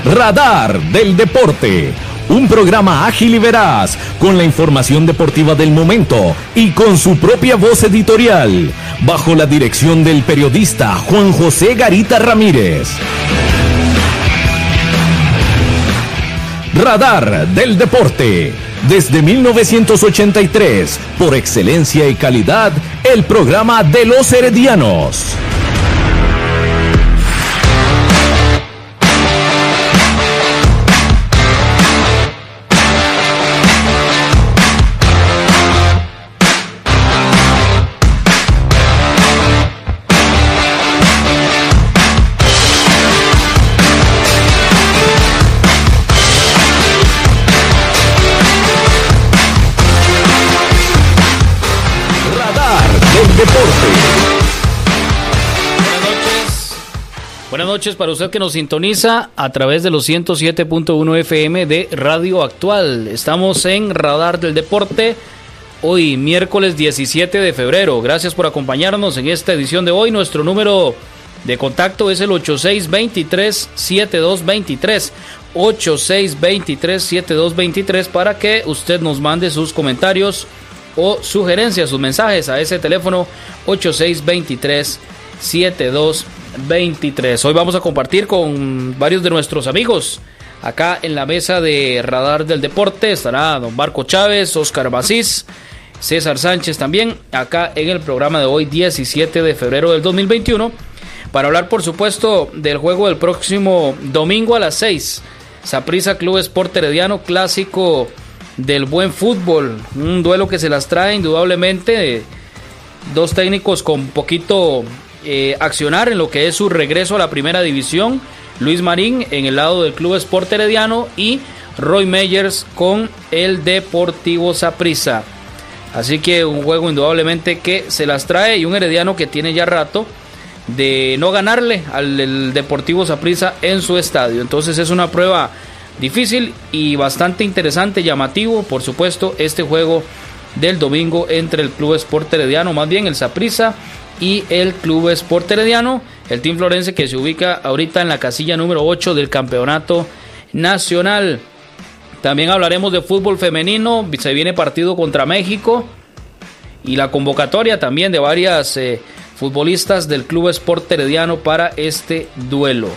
Radar del Deporte, un programa ágil y veraz, con la información deportiva del momento y con su propia voz editorial, bajo la dirección del periodista Juan José Garita Ramírez. Radar del Deporte, desde 1983, por excelencia y calidad, el programa de los heredianos. Buenas noches para usted que nos sintoniza a través de los 107.1 FM de Radio Actual. Estamos en Radar del Deporte, hoy miércoles 17 de febrero. Gracias por acompañarnos en esta edición de hoy. Nuestro número de contacto es el 8623-7223. 8623-7223 para que usted nos mande sus comentarios o sugerencias, sus mensajes a ese teléfono 8623-7223. Hoy vamos a compartir con varios de nuestros amigos. Acá en la mesa de Radar del Deporte estará don Marco Chávez, Oscar Macís, César Sánchez también, acá en el programa de hoy 17 de febrero del 2021, para hablar por supuesto del juego del próximo domingo a las 6. Saprissa Club Sport Herediano, clásico del buen fútbol, un duelo que se las trae indudablemente, dos técnicos con poquito accionar en lo que es su regreso a la primera división. Luis Marín en el lado del Club Sport Herediano y Roy Meyers con el Deportivo Saprissa. Así que un juego indudablemente que se las trae, y un Herediano que tiene ya rato de no ganarle al Deportivo Saprissa en su estadio. Entonces es una prueba difícil y bastante interesante, llamativo, por supuesto, este juego del domingo entre el Club Sport Herediano, más bien el Saprissa, y el Club Sport Herediano, el Team Florense, que se ubica ahorita en la casilla número 8 del campeonato nacional. También hablaremos de fútbol femenino, se viene partido contra México y la convocatoria también de varias futbolistas del Club Sport Herediano para este duelo.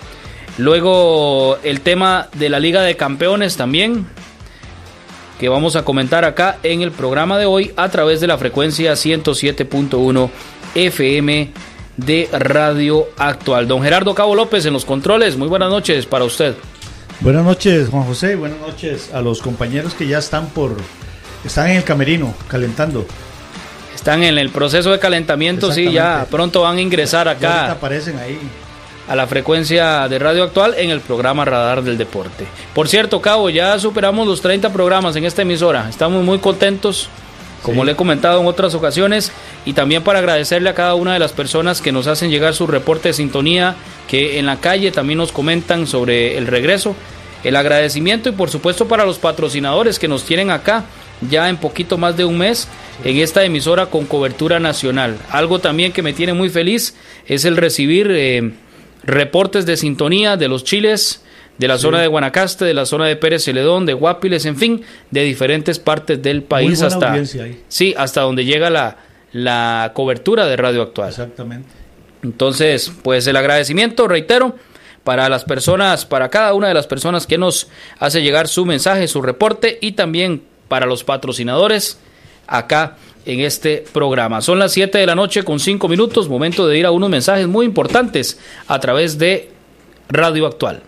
Luego el tema de la Liga de Campeones también, que vamos a comentar acá en el programa de hoy a través de la frecuencia 107.1 FM de Radio Actual. Don Gerardo Cabo López en los controles, muy buenas noches para usted. Buenas noches, Juan José, buenas noches a los compañeros que ya están en el camerino calentando. Están en el proceso de calentamiento, sí, ya pronto van a ingresar acá. Aparecen ahí a la frecuencia de Radio Actual en el programa Radar del Deporte. Por cierto, Cabo, ya superamos los 30 programas en esta emisora. Estamos muy contentos, como le he comentado en otras ocasiones, y también para agradecerle a cada una de las personas que nos hacen llegar su reporte de sintonía, que en la calle también nos comentan sobre el regreso. El agradecimiento, y por supuesto para los patrocinadores que nos tienen acá ya en poquito más de un mes en esta emisora con cobertura nacional. Algo también que me tiene muy feliz es el recibir reportes de sintonía de los chiles, de la zona de Guanacaste, de la zona de Pérez Celedón, de Guapiles, en fin, de diferentes partes del país, hasta donde llega la cobertura de Radio Actual. Exactamente. Entonces, pues el agradecimiento, reitero, para las personas, para cada una de las personas que nos hace llegar su mensaje, su reporte, y también para los patrocinadores acá en este programa. Son las 7 de la noche con 5 minutos, momento de ir a unos mensajes muy importantes a través de Radio Actual.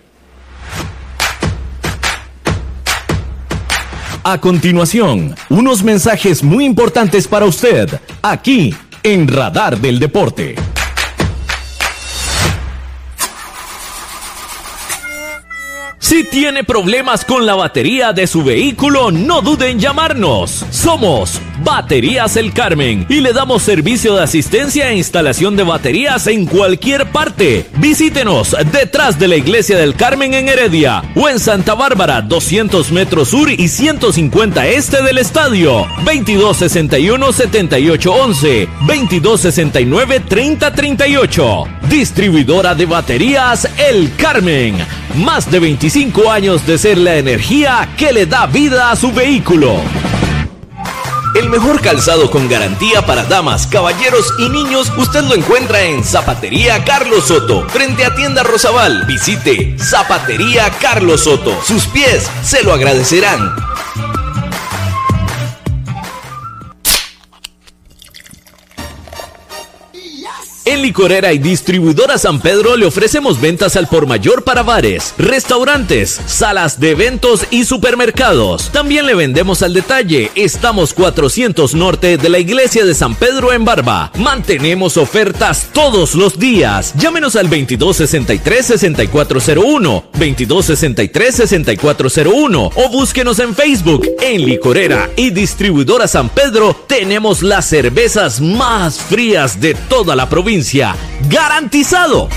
A continuación, unos mensajes muy importantes para usted, aquí en Radar del Deporte. Si tiene problemas con la batería de su vehículo, no dude en llamarnos. Somos Baterías El Carmen y le damos servicio de asistencia e instalación de baterías en cualquier parte. Visítenos detrás de la Iglesia del Carmen en Heredia o en Santa Bárbara, 200 metros sur y 150 este del estadio. 2261-7811, 2269-3038. Distribuidora de baterías El Carmen. Más de 25 años de ser la energía que le da vida a su vehículo. El mejor calzado con garantía para damas, caballeros y niños usted lo encuentra en Zapatería Carlos Soto, frente a Tienda Rosabal. Visite Zapatería Carlos Soto. Sus pies se lo agradecerán. En Licorera y Distribuidora San Pedro le ofrecemos ventas al por mayor para bares, restaurantes, salas de eventos y supermercados. También le vendemos al detalle. Estamos 400 norte de la Iglesia de San Pedro en Barba. Mantenemos ofertas todos los días. Llámenos al 2263-6401, 2263-6401 o búsquenos en Facebook. En Licorera y Distribuidora San Pedro tenemos las cervezas más frías de toda la provincia. ¡Garantizado!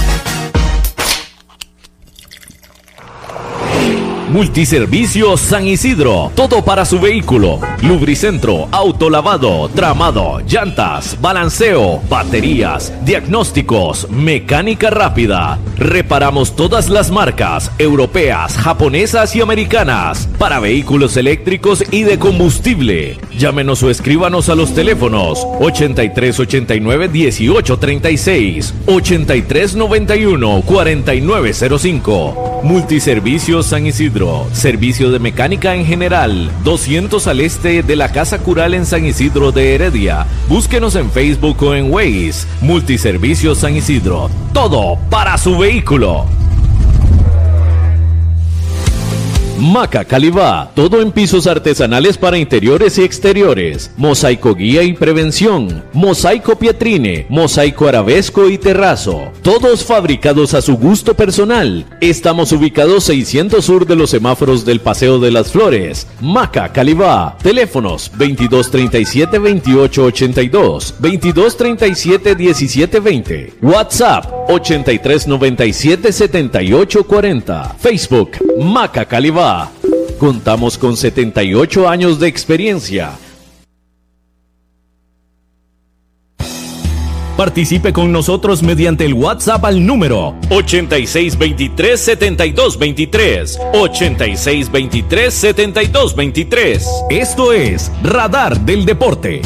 Multiservicios San Isidro, todo para su vehículo: lubricentro, autolavado, tramado, llantas, balanceo, baterías, diagnósticos, mecánica rápida. Reparamos todas las marcas europeas, japonesas y americanas para vehículos eléctricos y de combustible. Llámenos o escríbanos a los teléfonos 8389-1836, 8391-4905. Multiservicios San Isidro. Servicio de mecánica en general, 200 al este de la Casa Cural en San Isidro de Heredia. Búsquenos en Facebook o en Waze. Multiservicios San Isidro. Todo para su vehículo. Maca Calibá, todo en pisos artesanales para interiores y exteriores, mosaico guía y prevención, mosaico pietrine, mosaico arabesco y terrazo, todos fabricados a su gusto personal. Estamos ubicados 600 sur de los semáforos del Paseo de las Flores. Maca Calibá, teléfonos 2237-2882, 2237-1720, WhatsApp 8397-7840, Facebook Maca Calibá. Contamos con 78 años de experiencia. Participe con nosotros mediante el WhatsApp al número 8623-7223, 8623-7223. Esto es Radar del Deporte.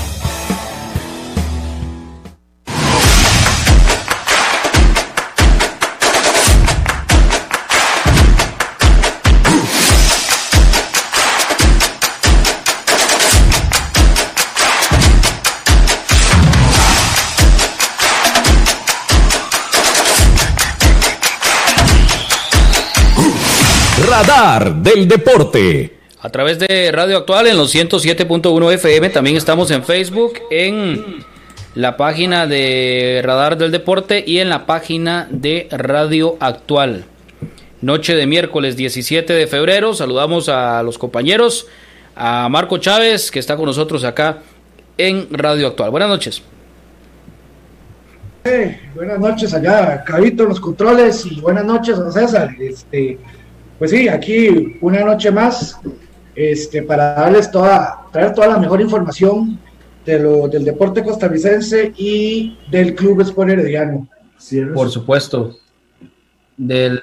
Radar del Deporte. A través de Radio Actual en los 107.1 FM. También estamos en Facebook, en la página de Radar del Deporte y en la página de Radio Actual. Noche de miércoles 17 de febrero. Saludamos a los compañeros, a Marco Chávez, que está con nosotros acá en Radio Actual. Buenas noches. Buenas noches allá, Cabito en los controles, y buenas noches a César. Pues sí, aquí una noche más, para darles traer toda la mejor información del deporte costarricense y del Club Sport Herediano. Por supuesto, del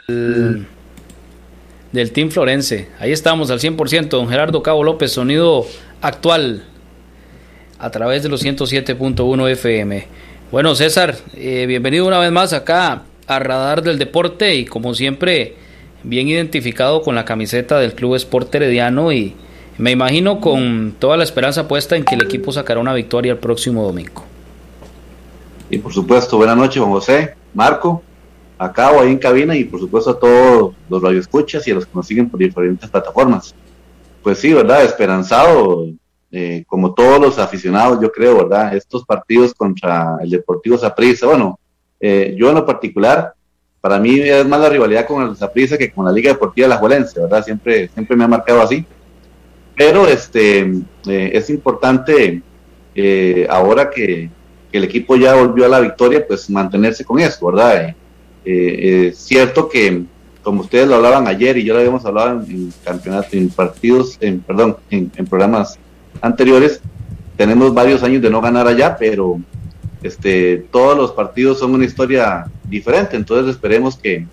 Team Florense. Ahí estamos al 100%, don Gerardo Cabo López, sonido actual a través de los 107.1 FM. Bueno, César, bienvenido una vez más acá a Radar del Deporte, y como siempre, bien identificado con la camiseta del Club Sport Herediano, y me imagino con toda la esperanza puesta en que el equipo sacará una victoria el próximo domingo. Y por supuesto, buenas noches, Juan José, Marco, acá o ahí en cabina, y por supuesto a todos los radioescuchas y a los que nos siguen por diferentes plataformas. Pues sí, ¿verdad? Esperanzado, como todos los aficionados, yo creo, ¿verdad? Estos partidos contra el Deportivo Saprissa, bueno, yo en lo particular, para mí es más la rivalidad con el Saprissa que con la Liga Deportiva Alajuelense, ¿verdad? Siempre me ha marcado así. Pero es importante, ahora que el equipo ya volvió a la victoria, pues mantenerse con eso, ¿verdad? Es cierto que, como ustedes lo hablaban ayer y yo lo habíamos hablado en campeonato, en programas anteriores, tenemos varios años de no ganar allá, pero todos los partidos son una historia diferente, entonces esperemos que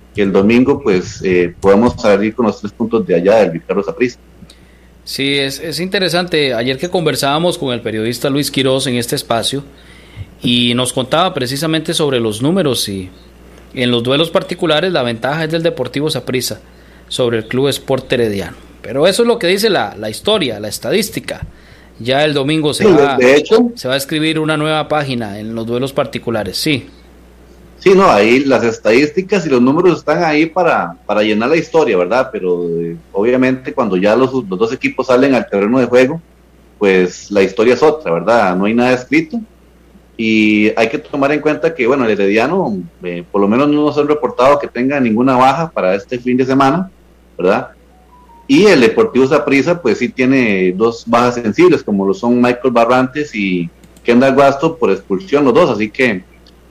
que el domingo pues podamos salir con los 3 puntos de allá del Ricardo Saprissa. Sí, es interesante. Ayer que conversábamos con el periodista Luis Quiroz en este espacio y nos contaba precisamente sobre los números, y en los duelos particulares la ventaja es del Deportivo Saprissa sobre el Club Sport Herediano. Pero eso es lo que dice la historia, la estadística. Ya el domingo se va a escribir una nueva página en los duelos particulares, sí. Sí, no, ahí las estadísticas y los números están ahí para llenar la historia, ¿verdad? Pero obviamente cuando ya los 2 equipos salen al terreno de juego, pues la historia es otra, ¿verdad? No hay nada escrito y hay que tomar en cuenta que, bueno, el Herediano, por lo menos no nos han reportado que tenga ninguna baja para este fin de semana, ¿verdad? Y el Deportivo Saprissa, pues sí tiene 2 bajas sensibles, como lo son Michael Barrantes y Kendall Guasto por expulsión, los 2, así que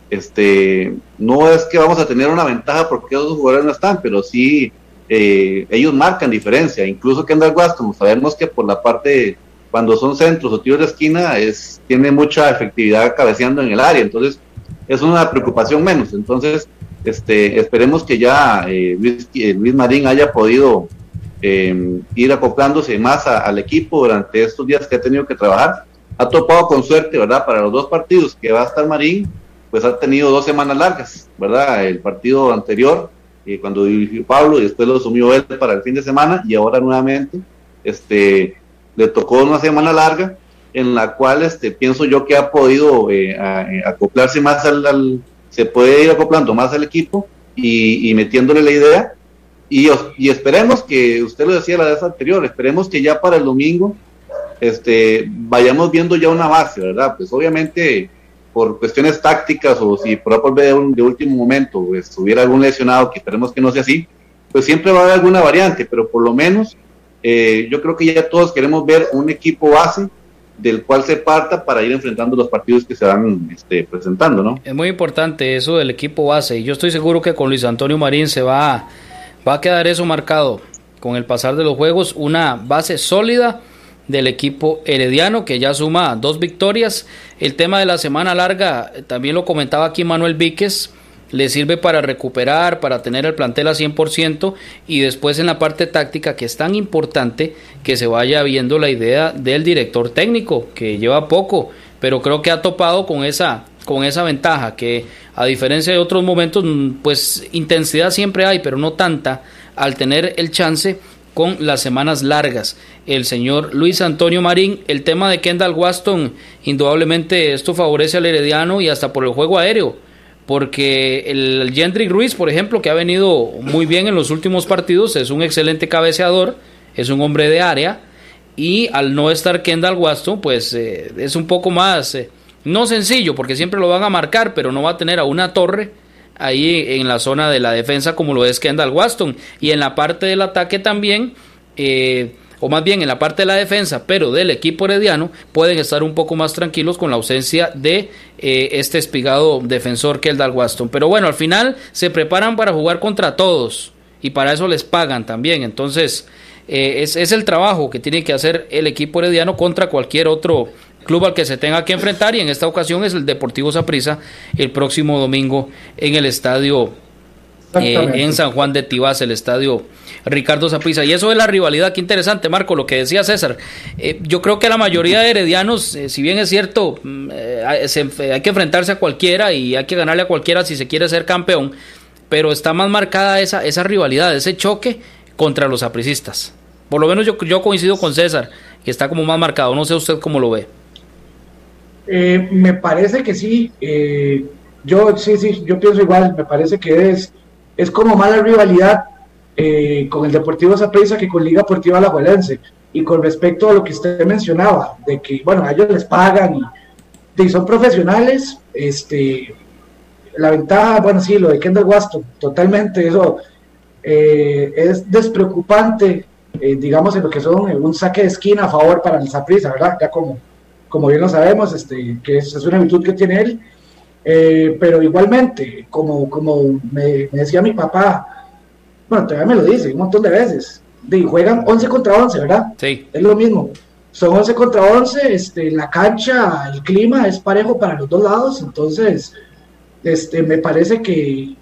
no es que vamos a tener una ventaja porque esos jugadores no están, pero sí ellos marcan diferencia. Incluso Kendall Guasto, sabemos que por la parte, cuando son centros o tiros de esquina, tiene mucha efectividad cabeceando en el área, entonces es una preocupación menos. Entonces esperemos que ya Luis Marín haya podido ir acoplándose más al equipo durante estos días que ha tenido que trabajar. Ha topado con suerte, ¿verdad? Para los 2 partidos que va a estar Marín, pues ha tenido 2 semanas largas, ¿verdad? El partido anterior, cuando dirigió Pablo, y después lo asumió él para el fin de semana, y ahora nuevamente le tocó una semana larga, en la cual pienso yo que ha podido acoplarse más se puede ir acoplando más al equipo y metiéndole la idea, y esperemos que, usted lo decía la vez anterior, esperemos que ya para el domingo vayamos viendo ya una base, ¿verdad? Pues obviamente por cuestiones tácticas, o si por Apple de último momento pues, hubiera algún lesionado, que esperemos que no sea así, pues siempre va a haber alguna variante, pero por lo menos yo creo que ya todos queremos ver un equipo base del cual se parta para ir enfrentando los partidos que se van presentando, ¿no? Es muy importante eso del equipo base, y yo estoy seguro que con Luis Antonio Marín se va a quedar eso marcado con el pasar de los juegos, una base sólida del equipo herediano, que ya suma 2 victorias. El tema de la semana larga, también lo comentaba aquí Manuel Víquez, le sirve para recuperar, para tener el plantel a 100%, y después en la parte táctica, que es tan importante, que se vaya viendo la idea del director técnico, que lleva poco, pero creo que ha topado con esa ventaja, que a diferencia de otros momentos, pues intensidad siempre hay, pero no tanta, al tener el chance con las semanas largas. El señor Luis Antonio Marín, el tema de Kendall Waston, indudablemente esto favorece al Herediano, y hasta por el juego aéreo, porque el Jendrik Ruiz, por ejemplo, que ha venido muy bien en los últimos partidos, es un excelente cabeceador, es un hombre de área, y al no estar Kendall Waston, pues es un poco más, no sencillo, porque siempre lo van a marcar, pero no va a tener a una torre ahí en la zona de la defensa como lo es Kendall Waston, y en la parte del ataque también, o más bien en la parte de la defensa, pero del equipo herediano, pueden estar un poco más tranquilos con la ausencia de este espigado defensor Kendall Waston. Pero bueno, al final se preparan para jugar contra todos, y para eso les pagan también. Entonces es el trabajo que tiene que hacer el equipo herediano contra cualquier otro club al que se tenga que enfrentar, y en esta ocasión es el Deportivo Saprissa el próximo domingo en el estadio en San Juan de Tibás, el estadio Ricardo Saprissa. Y eso es la rivalidad. Qué interesante, Marco, lo que decía César. Yo creo que la mayoría de heredianos, si bien es cierto, hay que enfrentarse a cualquiera y hay que ganarle a cualquiera si se quiere ser campeón, pero está más marcada esa rivalidad, ese choque contra los sapricistas. Por lo menos yo coincido con César, que está como más marcado. No sé usted cómo lo ve. Me parece que sí. Yo pienso igual. Me parece que es como más la rivalidad con el Deportivo Saprissa que con Liga Deportiva Alajuelense. Y con respecto a lo que usted mencionaba, de que, bueno, a ellos les pagan y son profesionales, la ventaja, bueno, sí, lo de Kendall Waston, totalmente, eso es despreocupante, digamos, en lo que son un saque de esquina a favor para el Saprissa, ¿verdad? Ya como bien lo sabemos, que es una virtud que tiene él, pero igualmente, como me decía mi papá, bueno, todavía me lo dice un montón de veces, juegan 11 contra 11, ¿verdad? Sí. Es lo mismo, son 11 contra 11, la cancha, el clima es parejo para los dos lados, entonces me parece que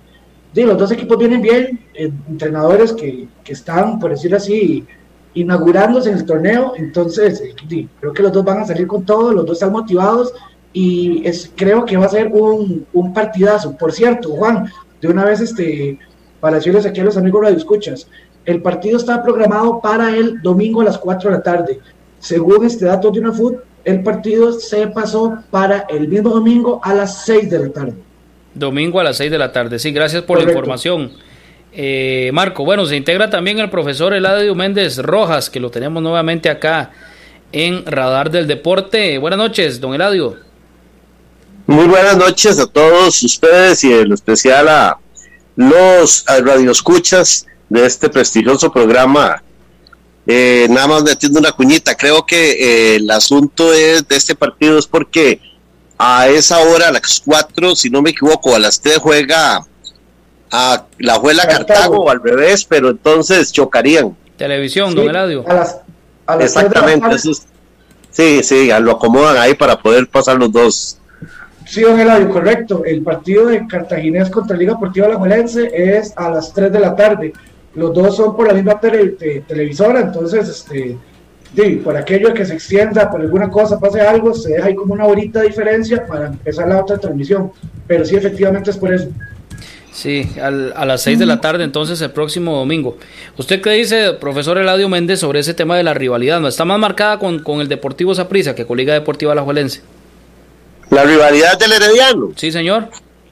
los dos equipos vienen bien, entrenadores que están, por decir así, inaugurándose en el torneo, entonces creo que los dos van a salir con todo, los dos están motivados y creo que va a ser un partidazo. Por cierto, Juan, de una vez para decirles aquí a los amigos radioescuchas, el partido está programado para el domingo a las 4 de la tarde. Según datos de UNAFUT, el partido se pasó para el mismo domingo a las 6 de la tarde. Domingo a las 6 de la tarde, sí, gracias por la información. Marco, bueno, se integra también el profesor Eladio Méndez Rojas, que lo tenemos nuevamente acá en Radar del Deporte. Buenas noches, don Eladio. Muy buenas noches a todos ustedes y en especial a los radioescuchas de este prestigioso programa. Nada más metiendo una cuñita, creo que el asunto de este partido es porque a esa hora, a las 4, si no me equivoco, a las 3 juega a la Juela Cartago o al revés, pero entonces chocarían. Televisión, don Eladio. A las exactamente, sí, lo acomodan ahí para poder pasar los dos. Sí, don Eladio, correcto. El partido de Cartaginés contra Liga Deportiva Alajuelense es a las 3 de la tarde. Los dos son por la misma televisora, entonces, por aquello que se extienda, por alguna cosa, pase algo, se deja ahí como una horita de diferencia para empezar la otra transmisión. Pero sí, efectivamente es por eso. Sí, a las 6 de la tarde, entonces, el próximo domingo. ¿Usted qué dice, profesor Eladio Méndez, sobre ese tema de la rivalidad? ¿No está más marcada con el Deportivo Saprissa que con Liga Deportiva Alajuelense? ¿La rivalidad del Herediano? Sí, señor.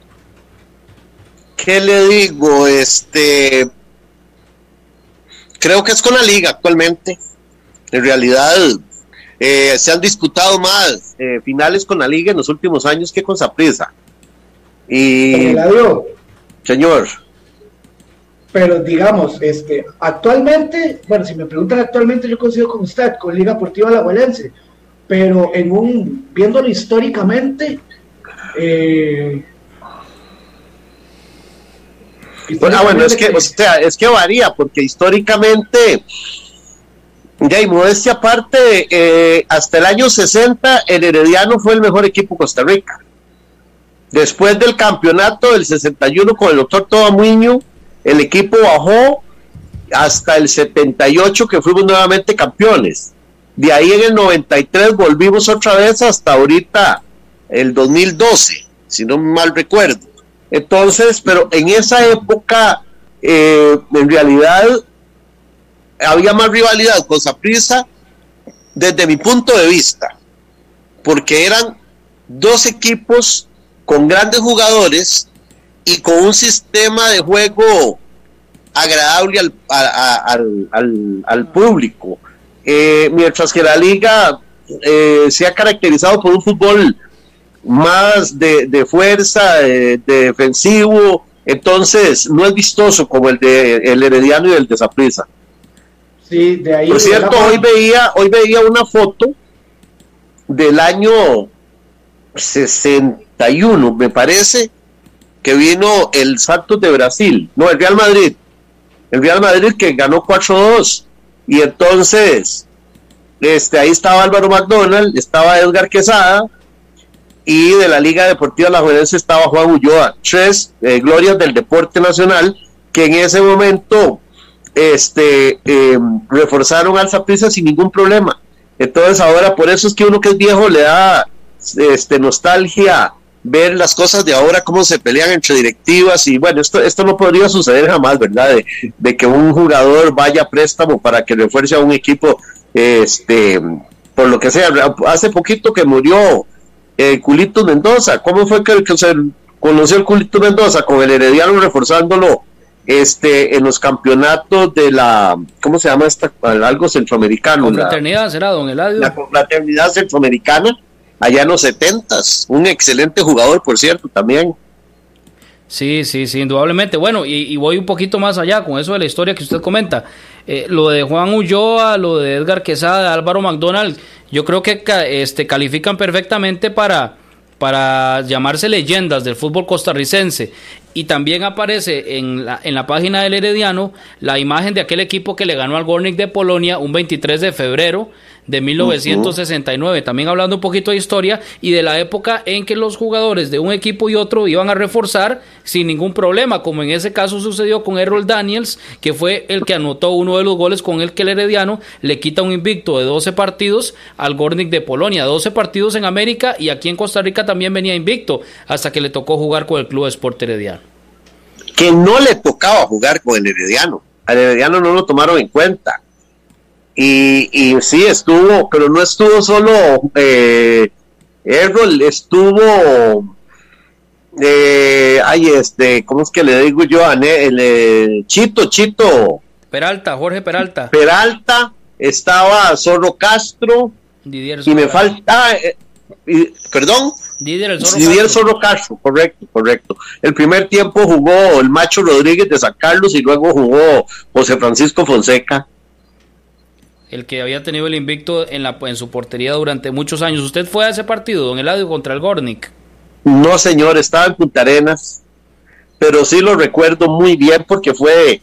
¿Qué le digo? Creo que es con la Liga actualmente. En realidad, se han disputado más finales con la Liga en los últimos años que con Saprissa. Y... Señor. Pero digamos, actualmente, bueno, si me preguntan actualmente, yo coincido con usted, con Liga Deportiva Alajuelense, pero viéndolo históricamente, bueno, es que varía, porque históricamente, ya y modestia aparte, hasta el año 60, el Herediano fue el mejor equipo de Costa Rica. Después del campeonato del 61 con el doctor Tobamuño, el equipo bajó hasta el 78, que fuimos nuevamente campeones. De ahí en el 93 volvimos otra vez hasta ahorita, el 2012, si no mal recuerdo. Entonces, pero en esa época, en realidad, había más rivalidad con Saprissa, desde mi punto de vista, porque eran dos equipos con grandes jugadores y con un sistema de juego agradable al público, mientras que la Liga se ha caracterizado por un fútbol más de fuerza, de defensivo, entonces no es vistoso como el de el Herediano y el de Saprissa. Sí, de ahí. Por cierto, hoy veía una foto del año 61, me parece, que vino el Santos de Brasil, no, el Real Madrid que ganó 4-2, y entonces ahí estaba Álvaro McDonald, estaba Edgar Quesada, y de la Liga Deportiva Alajuelense estaba Juan Ulloa, 3 glorias del deporte nacional, que en ese momento reforzaron al Saprissa sin ningún problema. Entonces ahora, por eso es que uno que es viejo le da nostalgia ver las cosas de ahora, cómo se pelean entre directivas, y bueno, esto no podría suceder jamás, ¿verdad? De que un jugador vaya a préstamo para que refuerce a un equipo, por lo que sea. Hace poquito que murió Culito Mendoza. ¿Cómo fue que se conoció el Culito Mendoza? Con el Herediano reforzándolo en los campeonatos de la, ¿cómo se llama esta? Algo centroamericano. Confraternidad, será, don Eladio. La Confraternidad Centroamericana, allá en los 70s, un excelente jugador, por cierto, también. Sí, indudablemente. Bueno, y voy un poquito más allá con eso de la historia que usted comenta. Lo de Juan Ulloa, lo de Edgar Quesada, Álvaro McDonald, yo creo que califican perfectamente para llamarse leyendas del fútbol costarricense. Y también aparece en la página del Herediano la imagen de aquel equipo que le ganó al Górnik de Polonia un 23 de febrero de 1969. También hablando un poquito de historia y de la época en que los jugadores de un equipo y otro iban a reforzar sin ningún problema, como en ese caso sucedió con Errol Daniels, que fue el que anotó uno de los goles con el que el Herediano le quita un invicto de 12 partidos al Górnik de Polonia, 12 partidos en América, y aquí en Costa Rica también venía invicto, hasta que le tocó jugar con el Club Sport Herediano. Que no le tocaba jugar con el Herediano, al Herediano no lo tomaron en cuenta, y sí estuvo, pero no estuvo solo Errol, estuvo ¿cómo es que le digo yo? Chito Peralta, Jorge Peralta, estaba Zorro Castro, Didier y me falta perdón, Didier Zorro Castro, correcto. El primer tiempo jugó el Macho Rodríguez de San Carlos y luego jugó José Francisco Fonseca, el que había tenido el invicto en su portería durante muchos años. ¿Usted fue a ese partido, don Eladio, contra el Górnik? No, señor, estaba en Punta Arenas, pero sí lo recuerdo muy bien porque fue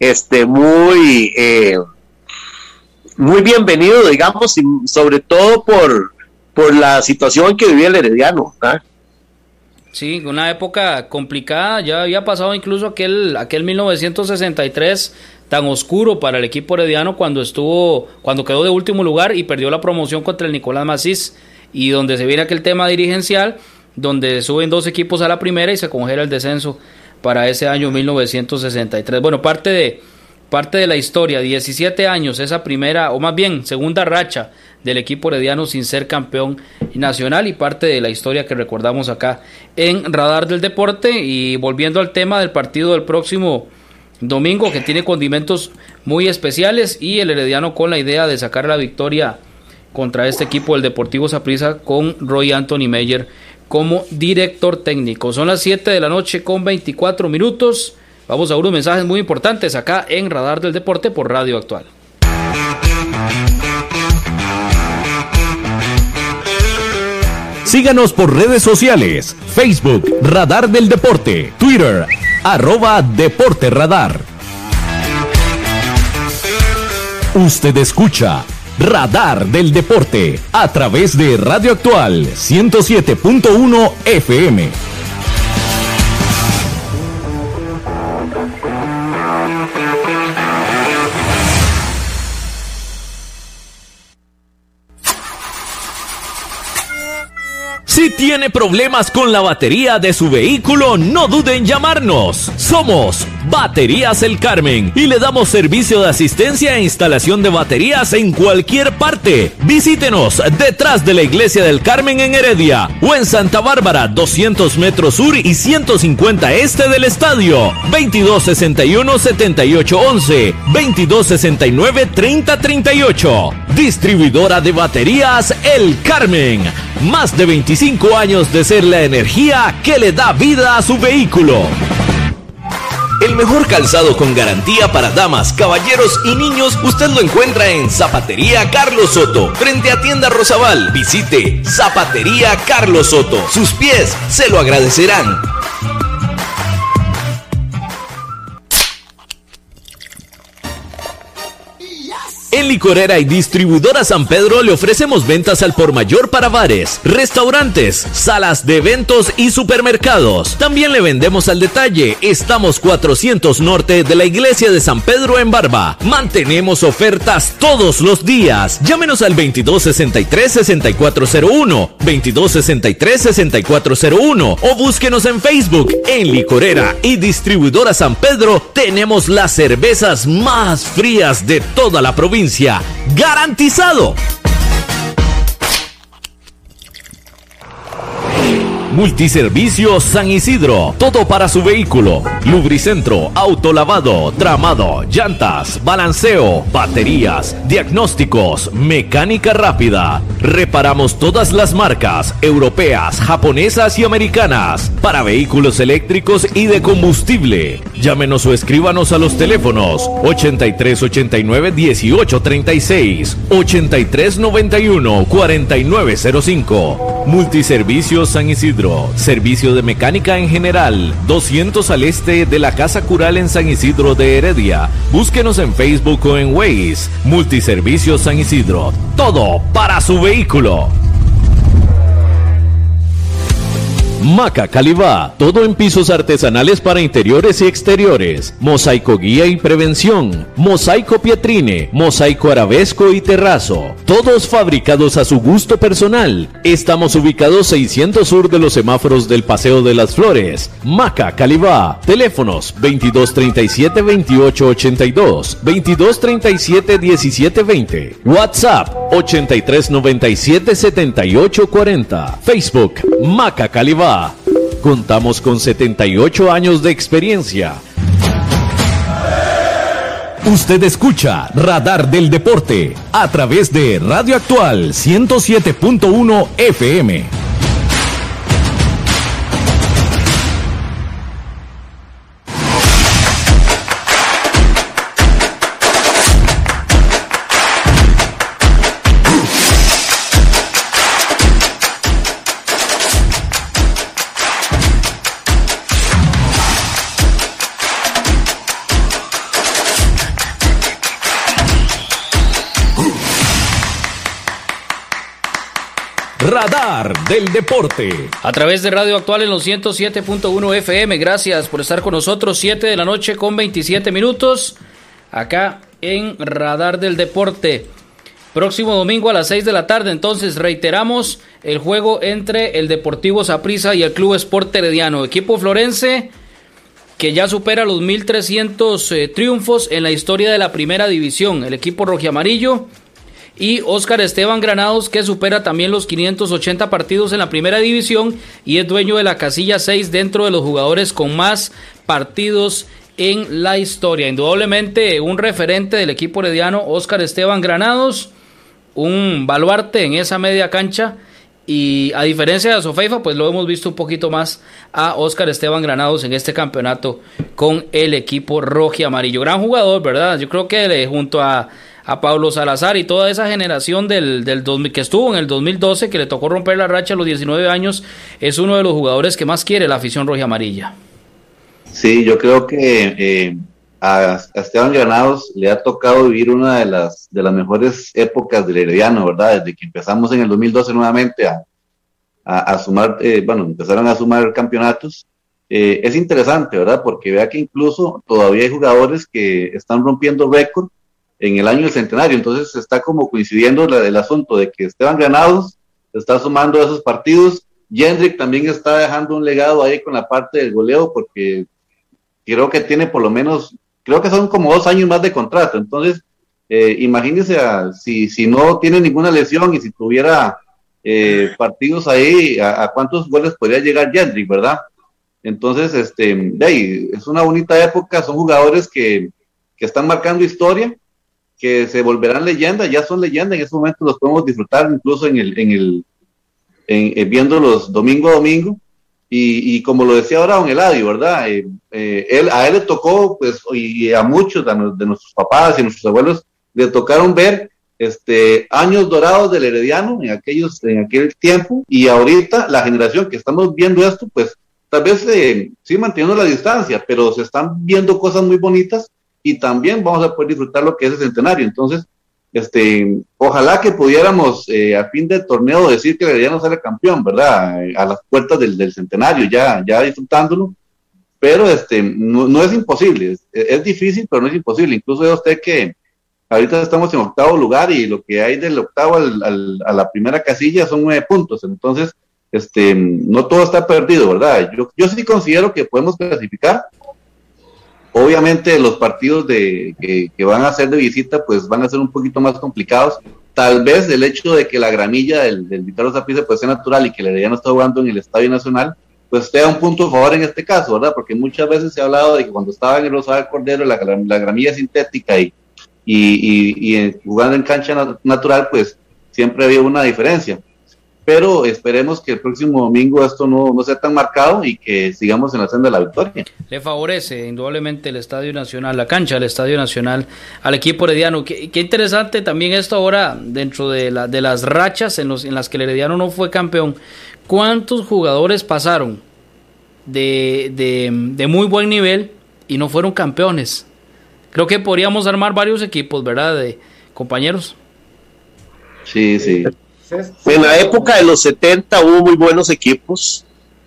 muy bienvenido, digamos, y sobre todo por la situación que vivía el Herediano, ¿eh? Sí, una época complicada, ya había pasado incluso aquel 1963 tan oscuro para el equipo herediano cuando quedó de último lugar y perdió la promoción contra el Nicolás Macís, y donde se viene aquel tema dirigencial, donde suben 2 equipos a la primera y se congela el descenso para ese año 1963. Bueno, parte de la historia, 17 años, esa primera, o más bien segunda racha del equipo herediano sin ser campeón nacional, y parte de la historia que recordamos acá en Radar del Deporte. Y volviendo al tema del partido del próximo domingo, que tiene condimentos muy especiales, y el herediano con la idea de sacar la victoria contra este equipo del Deportivo Saprissa con Roy Anthony Meyer como director técnico. Son las 7 de la noche con 24 minutos. Vamos a unos mensajes muy importantes acá en Radar del Deporte por Radio Actual. Síganos por redes sociales: Facebook, Radar del Deporte; Twitter, @Deporte Radar. Usted escucha Radar del Deporte a través de Radio Actual 107.1 FM. Si tiene problemas con la batería de su vehículo, no dude en llamarnos. Somos Baterías El Carmen y le damos servicio de asistencia e instalación de baterías en cualquier parte. Visítenos detrás de la Iglesia del Carmen en Heredia o en Santa Bárbara, 200 metros sur y 150 este del estadio. 2261-7811, 2269-3038. Distribuidora de baterías El Carmen. Más de 25 años de ser la energía que le da vida a su vehículo. El mejor calzado con garantía para damas, caballeros y niños usted lo encuentra en Zapatería Carlos Soto, frente a Tienda Rosabal. Visite Zapatería Carlos Soto. Sus pies se lo agradecerán. En Licorera y Distribuidora San Pedro le ofrecemos ventas al por mayor para bares, restaurantes, salas de eventos y supermercados. También le vendemos al detalle. Estamos 400 norte de la Iglesia de San Pedro en Barba. Mantenemos ofertas todos los días. Llámenos al 2263-6401, 2263-6401 o búsquenos en Facebook. En Licorera y Distribuidora San Pedro tenemos las cervezas más frías de toda la provincia. ¡Garantizado! Multiservicios San Isidro, todo para su vehículo: lubricentro, autolavado, tramado, llantas, balanceo, baterías, diagnósticos, mecánica rápida. Reparamos todas las marcas europeas, japonesas y americanas para vehículos eléctricos y de combustible. Llámenos o escríbanos a los teléfonos 8389-1836, 8391-4905. Multiservicios San Isidro. Isidro. Servicio de mecánica en general. 200 al este de la Casa Cural en San Isidro de Heredia. Búsquenos en Facebook o en Waze. Multiservicios San Isidro. Todo para su vehículo. Maca Calibá, todo en pisos artesanales para interiores y exteriores, mosaico guía y prevención, mosaico pietrine, mosaico arabesco y terrazo, todos fabricados a su gusto personal. Estamos ubicados 600 sur de los semáforos del Paseo de las Flores. Maca Calibá, teléfonos 2237-2882, 2237-1720, WhatsApp 8397-7840, Facebook Maca Calibá. Contamos con 78 años de experiencia. Usted escucha Radar del Deporte a través de Radio Actual 107.1 FM. Radar del Deporte. A través de Radio Actual en los 107.1 FM. Gracias por estar con nosotros. 7 de la noche con 27 minutos. Acá en Radar del Deporte. Próximo domingo a las 6 de la tarde. Entonces reiteramos el juego entre el Deportivo Saprissa y el Club Sport Herediano. Equipo florense que ya supera los 1.300 triunfos en la historia de la primera división. El equipo rojiamarillo. Y Óscar Esteban Granados, que supera también los 580 partidos en la primera división y es dueño de la casilla 6 dentro de los jugadores con más partidos en la historia. Indudablemente un referente del equipo herediano, Óscar Esteban Granados, un baluarte en esa media cancha. Y a diferencia de Sofeifa, pues lo hemos visto un poquito más a Óscar Esteban Granados en este campeonato con el equipo rojiamarillo. Gran jugador, ¿verdad? Yo creo que junto a Pablo Salazar y toda esa generación del 2000, que estuvo en el 2012, que le tocó romper la racha a los 19 años, es uno de los jugadores que más quiere la afición rojiamarilla. Sí, yo creo que a Esteban Granados le ha tocado vivir una de las mejores épocas del Herediano, ¿verdad? Desde que empezamos en el 2012 nuevamente a sumar, empezaron a sumar campeonatos. Es interesante, ¿verdad? Porque vea que incluso todavía hay jugadores que están rompiendo récord en el año del centenario, entonces está como coincidiendo el asunto de que Esteban Granados está sumando esos partidos. Jendrik también está dejando un legado ahí con la parte del goleo, porque creo que tiene por lo menos, creo que son como 2 años más de contrato, entonces imagínense si no tiene ninguna lesión y si tuviera partidos ahí, a cuántos goles podría llegar Jendrik, ¿verdad? Entonces, es una bonita época, son jugadores que están marcando historia, que se volverán leyendas, ya son leyendas, en ese momento los podemos disfrutar incluso viéndolos domingo a domingo, y como lo decía ahora don Eladio, ¿verdad? A él le tocó, pues, y a muchos de nuestros papás y nuestros abuelos, le tocaron ver años dorados del Herediano en aquel tiempo, y ahorita la generación que estamos viendo esto, pues, tal vez sí manteniendo la distancia, pero se están viendo cosas muy bonitas, y también vamos a poder disfrutar lo que es el centenario. Entonces, ojalá que pudiéramos a fin del torneo decir que el Herediano sale campeón, ¿verdad? A las puertas del centenario, ya disfrutándolo, pero no es imposible, es difícil, pero no es imposible. Incluso ve usted que ahorita estamos en 8º lugar y lo que hay del 8º a la primera casilla son 9 puntos, entonces no todo está perdido, ¿verdad? Yo sí considero que podemos clasificar. Obviamente los partidos que van a ser de visita pues van a ser un poquito más complicados. Tal vez el hecho de que la gramilla del Vitórico Saprissa pues sea natural y que el Herediano está jugando en el Estadio Nacional pues te da un punto a favor en este caso, ¿verdad? Porque muchas veces se ha hablado de que cuando estaba en el Rosado del Cordero la gramilla sintética y jugando en cancha natural pues siempre había una diferencia. Pero esperemos que el próximo domingo esto no sea tan marcado y que sigamos en la senda de la victoria. Le favorece indudablemente el Estadio Nacional, la cancha del Estadio Nacional al equipo herediano. Qué interesante también esto ahora dentro de las rachas en las que el Herediano no fue campeón. cuántos jugadores pasaron de muy buen nivel y no fueron campeones. Creo que podríamos armar varios equipos, ¿verdad? De compañeros. Sí, sí. En la época de los 70 hubo muy buenos equipos.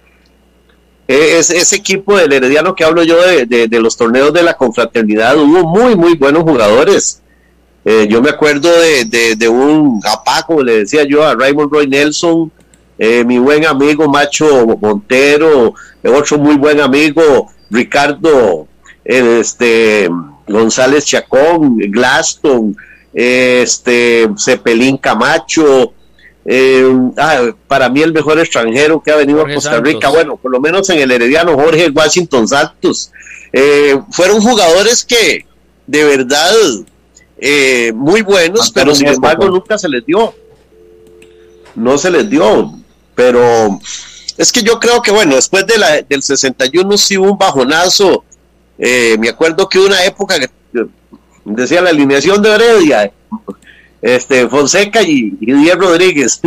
Ese equipo del Herediano que hablo yo de los torneos de la confraternidad, hubo muy, muy buenos jugadores. Yo me acuerdo de un Apá, como le decía yo, a Raymond Roy Nelson, mi buen amigo Macho Montero, otro muy buen amigo, Ricardo González Chacón, Glaston, Cepelín Camacho, para mí el mejor extranjero que ha venido Jorge a Costa Santos. Rica, bueno, por lo menos en el Herediano, Jorge Washington Santos. Fueron jugadores que de verdad muy buenos, pero sin embargo nunca se les dio. No se les dio, pero es que yo creo que bueno, después del 61 sí hubo un bajonazo. Me acuerdo que una época que decía la alineación de Heredia, Fonseca y Diez Rodríguez.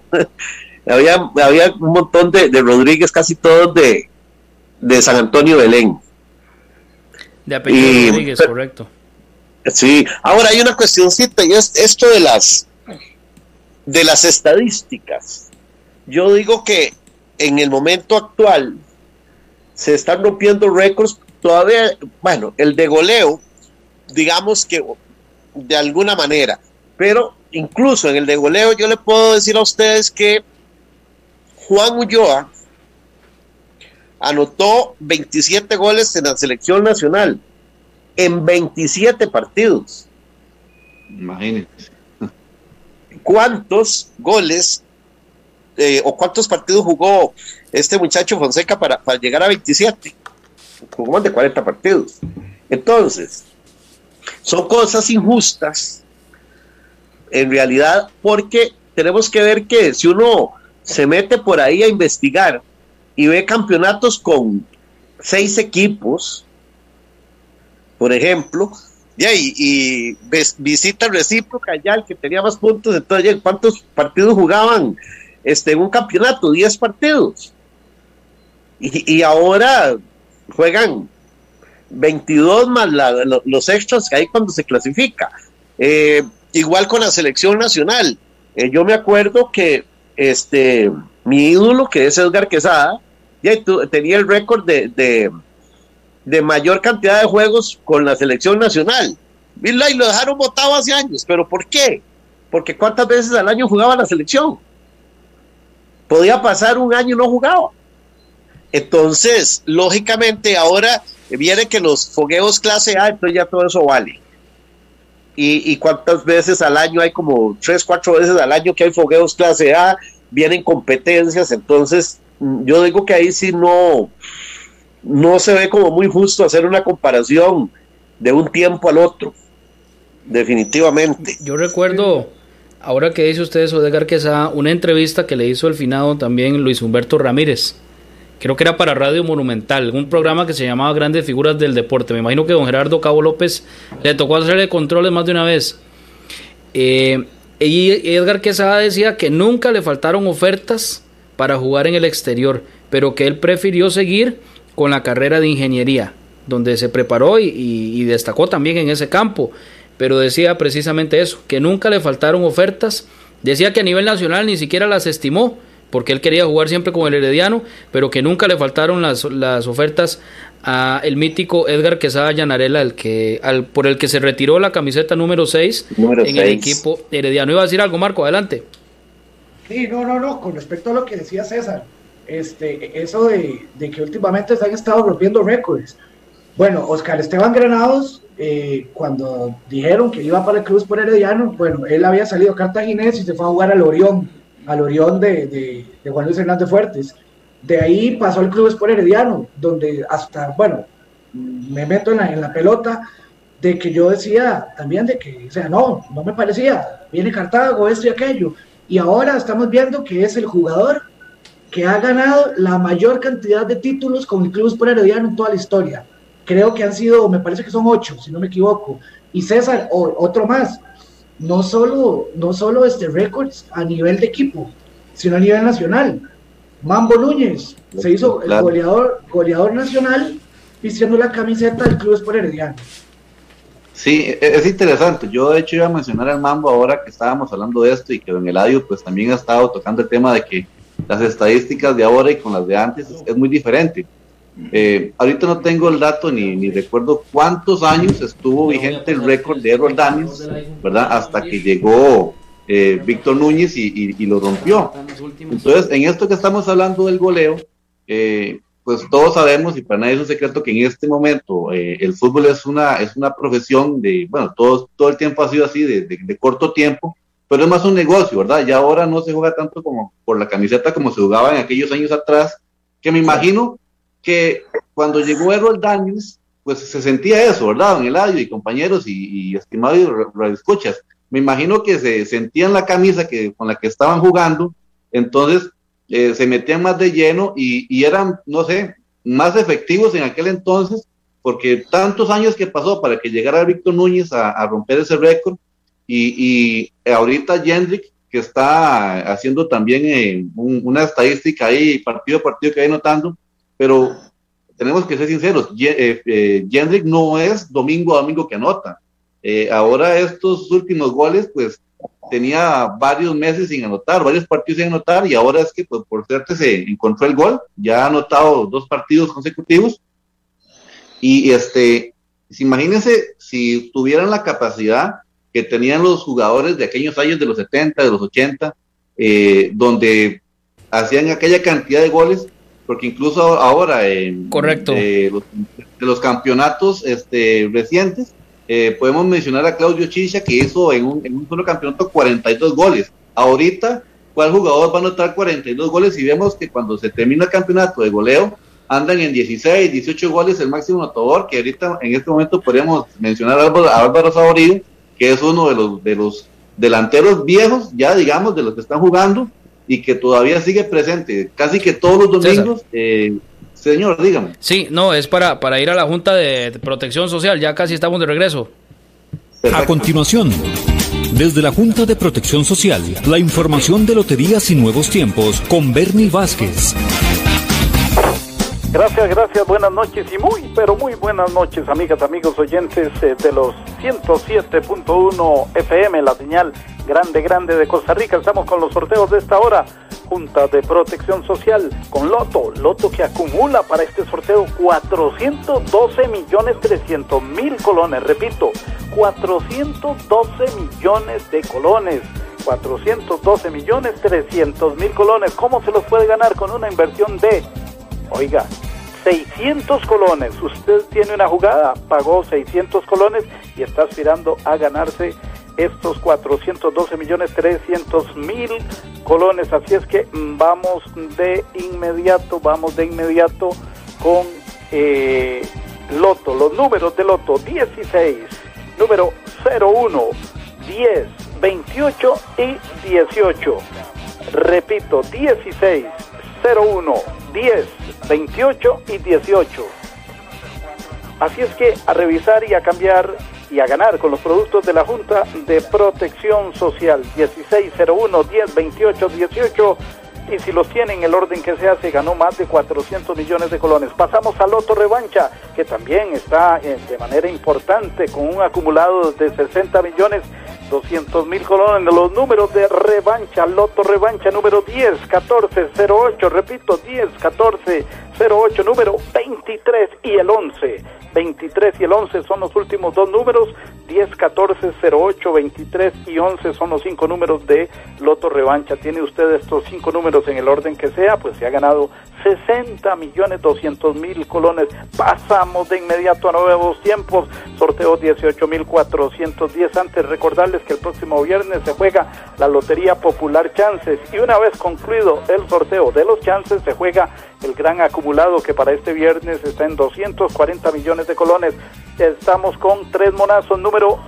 había un montón de Rodríguez, casi todos de San Antonio Belén. De apellido Rodríguez, correcto. Sí, ahora hay una cuestioncita y es esto de las estadísticas. Yo digo que en el momento actual se están rompiendo récords todavía, bueno, el de goleo, digamos que de alguna manera, pero incluso en el de goleo yo le puedo decir a ustedes que Juan Ulloa anotó 27 goles en la selección nacional en 27 partidos. Imagínense. ¿Cuántos goles o cuántos partidos jugó este muchacho Fonseca para llegar a 27? Jugó más de 40 partidos. Entonces, son cosas injustas en realidad, porque tenemos que ver que si uno se mete por ahí a investigar y ve campeonatos con 6 equipos, por ejemplo, y visita recíproca ya el que tenía más puntos, entonces ¿cuántos partidos jugaban en un campeonato? 10 partidos, y ahora juegan 22 más los extras que hay cuando se clasifica. Igual con la selección nacional. Yo me acuerdo que mi ídolo, que es Edgar Quesada, tenía el récord de mayor cantidad de juegos con la selección nacional. Y lo dejaron botado hace años. ¿Pero por qué? Porque ¿cuántas veces al año jugaba la selección? Podía pasar un año y no jugaba. Entonces, lógicamente, ahora viene que los fogueos clase A, entonces ya todo eso vale. Y cuántas veces al año hay, como 3-4 veces al año que hay fogueos clase A, vienen competencias. Entonces yo digo que ahí sí no se ve como muy justo hacer una comparación de un tiempo al otro, definitivamente. Yo recuerdo, ahora que dice usted eso de Edgar Quesada, una entrevista que le hizo el finado también Luis Humberto Ramírez, creo que era para Radio Monumental, un programa que se llamaba Grandes Figuras del Deporte. Me imagino que don Gerardo Cabo López le tocó hacerle controles más de una vez. Y Edgar Quesada decía que nunca le faltaron ofertas para jugar en el exterior, pero que él prefirió seguir con la carrera de ingeniería, donde se preparó y destacó también en ese campo. Pero decía precisamente eso, que nunca le faltaron ofertas. Decía que a nivel nacional ni siquiera las estimó, porque él quería jugar siempre con el Herediano, pero que nunca le faltaron las ofertas a el mítico Edgar Quesada Llanarela, por el que se retiró la camiseta número 6 en el equipo Herediano. Iba a decir algo, Marco, adelante. Sí, no, con respecto a lo que decía César, eso de que últimamente se han estado rompiendo récords. Bueno, Oscar Esteban Granados, cuando dijeron que iba para el Cruz por Herediano, bueno, él había salido cartaginés y se fue a jugar al Orión de Juan Luis Hernández Fuertes. De ahí pasó al Club Sport Herediano, donde hasta, bueno, me meto en la pelota de que yo decía también de que, o sea, no me parecía, viene Cartago, esto y aquello, y ahora estamos viendo que es el jugador que ha ganado la mayor cantidad de títulos con el Club Sport Herediano en toda la historia. Creo que han sido, me parece que son 8, si no me equivoco, y César, otro más. No solo récords a nivel de equipo, sino a nivel nacional. Mambo Núñez se hizo el goleador nacional vistiendo la camiseta del Club Sport Herediano. Sí, es interesante. Yo de hecho iba a mencionar al Mambo ahora que estábamos hablando de esto, y que Don Eladio pues también ha estado tocando el tema de que las estadísticas de ahora y con las de antes es muy diferente. Ahorita no tengo el dato ni recuerdo cuántos años estuvo vigente el récord de Errol Daniels, ¿verdad? Hasta que llegó Víctor Núñez y lo rompió. Entonces, en esto que estamos hablando del goleo, pues todos sabemos, y para nadie es un secreto, que en este momento el fútbol es una profesión todo el tiempo ha sido así, de corto tiempo, pero es más un negocio, ¿verdad? Ya ahora no se juega tanto como por la camiseta como se jugaba en aquellos años atrás, que me imagino que cuando llegó Errol Daniels, pues se sentía eso, ¿verdad? Don Eladio y compañeros y estimados radioescuchas, me imagino que se sentían la camisa con la que estaban jugando, entonces se metían más de lleno y eran, no sé, más efectivos en aquel entonces, porque tantos años que pasó para que llegara Víctor Núñez a romper ese récord, y ahorita Jendrik, que está haciendo también una estadística ahí, partido a partido, que va notando, pero tenemos que ser sinceros, Jendrik no es domingo a domingo que anota. Ahora estos últimos goles, pues tenía varios meses sin anotar, varios partidos sin anotar, y ahora es que pues, por suerte se encontró el gol, ya ha anotado 2 partidos consecutivos, y imagínense si tuvieran la capacidad que tenían los jugadores de aquellos años de los 70, de los 80, donde hacían aquella cantidad de goles, porque incluso ahora correcto, de los campeonatos recientes, podemos mencionar a Claudio Chicha, que hizo en un solo campeonato 42 goles. Ahorita, ¿cuál jugador va a anotar 42 goles? Y vemos que cuando se termina el campeonato de goleo, andan en 16, 18 goles el máximo anotador, que ahorita en este momento podríamos mencionar a Álvaro Saborío, que es uno de los delanteros viejos, ya digamos, de los que están jugando, y que todavía sigue presente casi que todos los domingos. Señor, dígame. Sí, no, es para ir a la Junta de Protección Social, ya casi estamos de regreso. Perfecto. A continuación, desde la Junta de Protección Social, la información de Loterías y Nuevos Tiempos con Bernie Vázquez. Gracias, buenas noches y muy buenas noches, amigas, amigos oyentes de los 107.1 FM, la señal grande de Costa Rica. Estamos con los sorteos de esta hora. Junta de Protección Social con Loto que acumula para este sorteo 412.300.000 colones, repito, 412 millones de colones, 412.300.000 colones. ¿Cómo se los puede ganar? Con una inversión de, oiga, 600 colones. Usted tiene una jugada, pagó 600 colones y está aspirando a ganarse estos 412.300.000 colones. Así es que vamos de inmediato con Loto. Los números de Loto: 16, número 01, 10, 28 y 18. Repito, 16, 01, 10, 28 y 18. Así es que a revisar y a cambiar y a ganar con los productos de la Junta de Protección Social. 16, 01, 10, 28, 18. Y si los tiene en el orden que sea, se ganó más de 400 millones de colones. Pasamos a Loto Revancha, que también está de manera importante con un acumulado de 60.200.000 colones. Los números de revancha: Loto Revancha número 10, 14, 08, repito, 10, 14, 08, número 23 y el 11. 23 y el 11 son los últimos 2 números. 10, 14, 08, 23 y 11 son los 5 números de Loto Revancha. Tiene usted estos 5 números en el orden que sea, pues se ha ganado 60.200.000 colones. Pasamos de inmediato a Nuevos Tiempos, sorteo 18.410. Antes recordarles que el próximo viernes se juega la Lotería Popular Chances, y una vez concluido el sorteo de los chances se juega el gran acumulado, que para este viernes está en 240 millones de colones. Estamos con 3 monazos. Número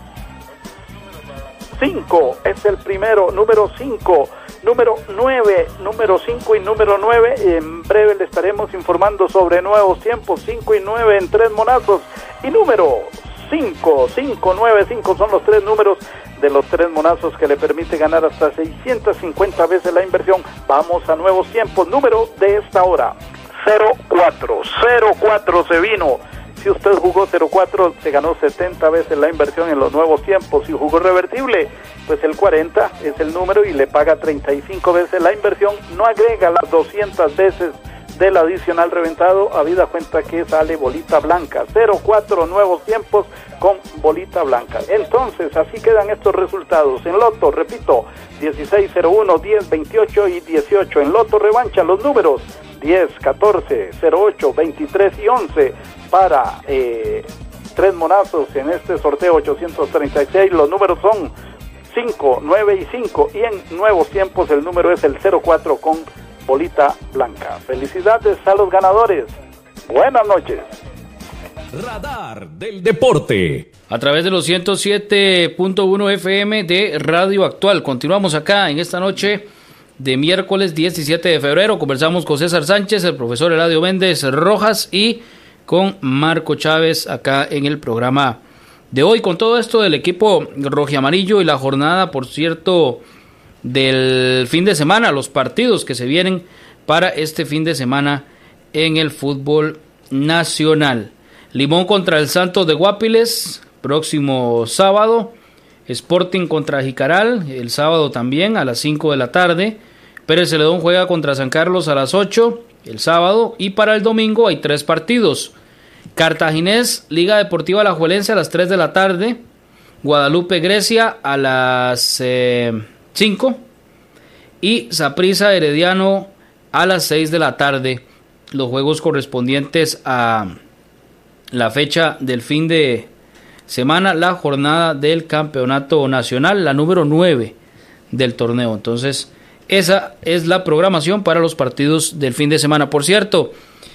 5 es el primero, número 5, número 9, número 5 y número 9. En breve le estaremos informando sobre Nuevos Tiempos. 5 y 9 en 3 monazos. Y número 5, 5, 9, 5 son los 3 números de los 3 monazos que le permite ganar hasta 650 veces la inversión. Vamos a nuevos tiempos. Número de esta hora: 04 se vino. Si usted jugó 04, se ganó 70 veces la inversión en los nuevos tiempos. Si jugó revertible, pues el 40 es el número y le paga 35 veces la inversión. No agrega las 200 veces del adicional reventado, habida cuenta que sale bolita blanca. 04 nuevos tiempos con bolita blanca. Entonces, así quedan estos resultados. En Loto, repito, 16, 01, 10, 28 y 18. En Loto Revancha, los números 10, 14, 08, 23 y 11 para 3 monazos en este sorteo 836. Los números son 5, 9 y 5, y en nuevos tiempos el número es el 04 con bolita blanca. Felicidades a los ganadores. Buenas noches. Radar del Deporte. A través de los 107.1 FM de Radio Actual. Continuamos acá en esta noche de miércoles 17 de febrero. Conversamos con César Sánchez, el profesor Eladio Méndez Rojas y con Marco Chávez acá en el programa de hoy. Con todo esto del equipo rojiamarillo y la jornada, por cierto, del fin de semana, los partidos que se vienen para este fin de semana en el fútbol nacional. Limón contra el Santos de Guapiles, próximo sábado. Sporting contra Jicaral, el sábado también a las 5 de la tarde. Pérez Celedón juega contra San Carlos a las 8 el sábado. Y para el domingo hay 3 partidos. Cartaginés, Liga Deportiva Alajuelense a las 3 de la tarde. Guadalupe Grecia a las 5. Y Saprissa Herediano a las 6 de la tarde. Los juegos correspondientes a la fecha del fin de semana, la jornada del campeonato nacional, la número 9 del torneo. Entonces, esa es la programación para los partidos del fin de semana. Por cierto,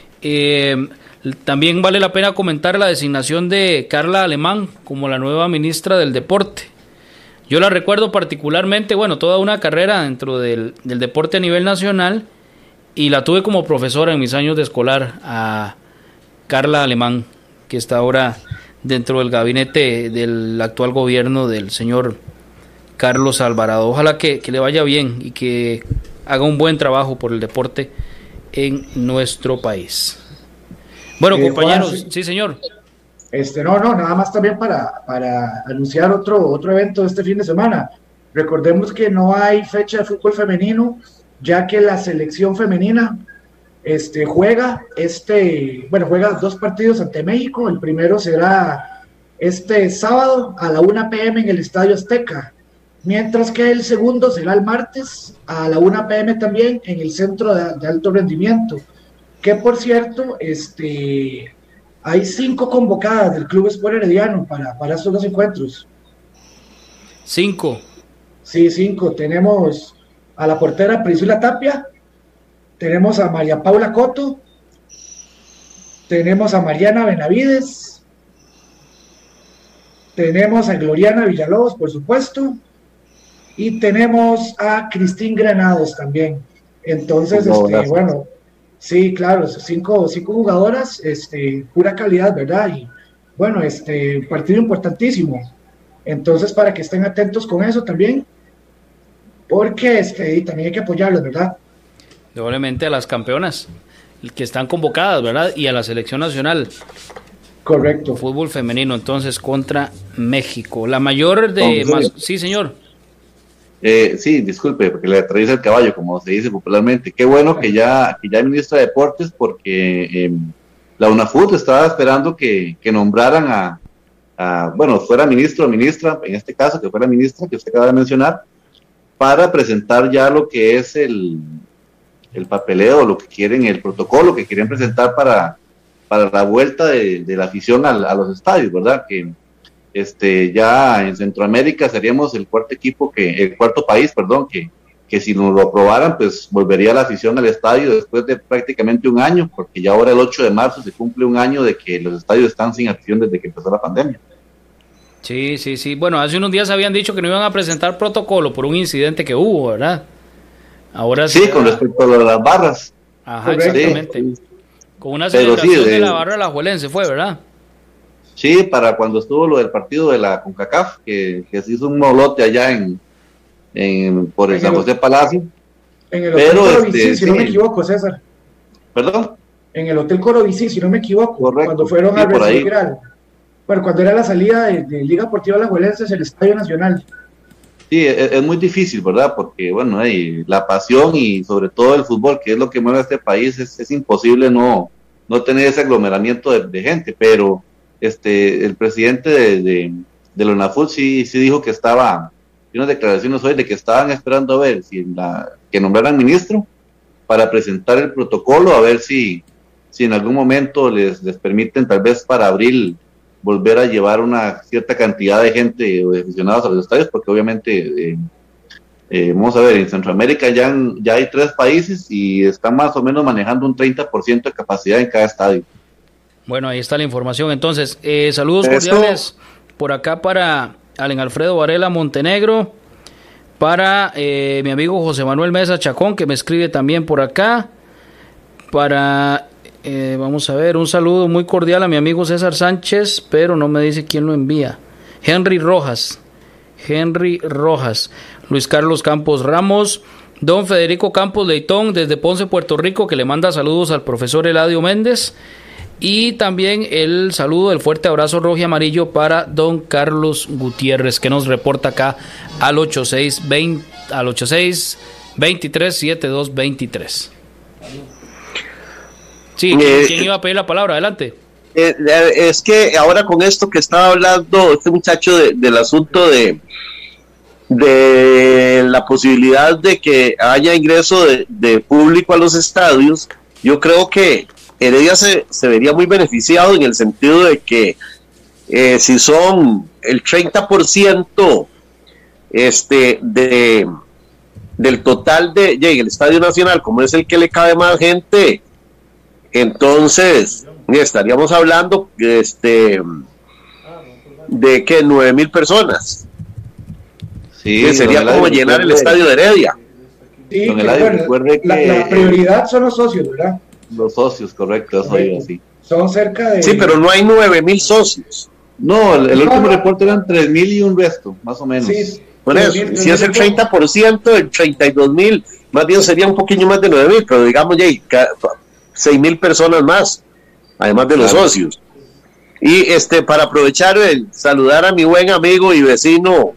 también vale la pena comentar la designación de Carla Alemán como la nueva ministra del Deporte. Yo la recuerdo particularmente, bueno, toda una carrera dentro del deporte a nivel nacional, y la tuve como profesora en mis años de escolar a Carla Alemán, que está ahora dentro del gabinete del actual gobierno del señor Carlos Alvarado. Ojalá que le vaya bien y que haga un buen trabajo por el deporte en nuestro país. Bueno, compañeros, Juan, sí, señor. Nada más también para anunciar otro evento de este fin de semana. Recordemos que no hay fecha de fútbol femenino, ya que la selección femenina juega 2 partidos ante México. El primero será este sábado a la 1 p.m. en el Estadio Azteca, mientras que el segundo será el martes a la 1 p.m. también en el Centro de Alto Rendimiento, que por cierto hay 5 convocadas del Club Sport Herediano para estos 2 encuentros. 5. Sí, 5. Tenemos a la portera Priscila Tapia, tenemos a María Paula Coto, tenemos a Mariana Benavides, tenemos a Gloriana Villalobos, por supuesto, y tenemos a Cristín Granados también. Entonces, bueno, sí, claro, 5 jugadoras, pura calidad, ¿verdad? Y bueno, partido importantísimo. Entonces, para que estén atentos con eso también, porque también hay que apoyarlos, ¿verdad? Doblemente a las campeonas que están convocadas, ¿verdad? Y a la selección nacional. Correcto. Fútbol femenino, entonces, contra México. La mayor de... Sí, señor. Sí, disculpe, porque le atraviesa el caballo, como se dice popularmente. Qué bueno que ya hay ministra de Deportes, porque la UNAFUT estaba esperando que nombraran fuera ministro o ministra, en este caso, que fuera ministra, que usted acaba de mencionar, para presentar ya lo que es el papeleo, lo que quieren, el protocolo que quieren presentar para la vuelta de la afición a los estadios, ¿verdad? Que ya en Centroamérica seríamos el cuarto país, que si nos lo aprobaran, pues volvería la afición al estadio después de prácticamente un año, porque ya ahora el 8 de marzo se cumple un año de que los estadios están sin afición desde que empezó la pandemia. Sí. Bueno, hace unos días habían dicho que no iban a presentar protocolo por un incidente que hubo, ¿verdad? Ahora sí, con respecto a las barras. Ajá, exactamente. Sí. Con una celebración de la barra alajuelense fue, ¿verdad? Sí, para cuando estuvo lo del partido de la CONCACAF, que se hizo un molote allá por el San José Palacio. En el Hotel Corobicí, si no me equivoco, César. ¿Perdón? En el Hotel Corobicí, si no me equivoco. Correcto. Cuando fueron a recibir bueno, cuando era la salida de Liga Deportiva Alajuelense, el Estadio Nacional. Sí, es muy difícil, ¿verdad? Porque, bueno, la pasión y sobre todo el fútbol, que es lo que mueve a este país, es imposible no tener ese aglomeramiento de gente, pero el presidente de la UNAFUT sí dijo que estaba, y unas declaraciones hoy de que estaban esperando a ver que nombraran ministro para presentar el protocolo, a ver si en algún momento les permiten, tal vez para abril, volver a llevar una cierta cantidad de gente o de aficionados a los estadios, porque obviamente vamos a ver, en Centroamérica ya hay 3 países y están más o menos manejando un 30% de capacidad en cada estadio. Bueno, ahí está la información. Entonces, saludos cordiales por acá para Allen Alfredo Varela Montenegro, para mi amigo José Manuel Mesa Chacón, que me escribe también por acá, para... vamos a ver, un saludo muy cordial a mi amigo César Sánchez, pero no me dice quién lo envía. Henry Rojas, Luis Carlos Campos Ramos, don Federico Campos Leitón desde Ponce, Puerto Rico, que le manda saludos al profesor Eladio Méndez, y también el saludo, el fuerte abrazo rojo y amarillo para don Carlos Gutiérrez, que nos reporta acá al 8623-7223. Sí, ¿quién iba a pedir la palabra? Adelante. Es que ahora con esto que estaba hablando este muchacho del asunto de la posibilidad de que haya ingreso de público a los estadios, yo creo que Heredia se vería muy beneficiado en el sentido de que si son el 30% del total en el Estadio Nacional, como es el que le cabe más gente, entonces estaríamos hablando de que 9,000 personas. Sí, que sería como llenar el estadio de Heredia. Sí, la prioridad son los socios, ¿verdad? Los socios, correcto, eso digo, sí. Son cerca de... Sí, pero no hay 9,000 socios. No, el último reporte eran 3,000 y un resto, más o menos. Sí, por eso, si es el 30%, el 32,000, más bien sería un poquillo más de 9,000, pero digamos ya 6,000 personas más, además de los socios. Y para aprovechar saludar a mi buen amigo y vecino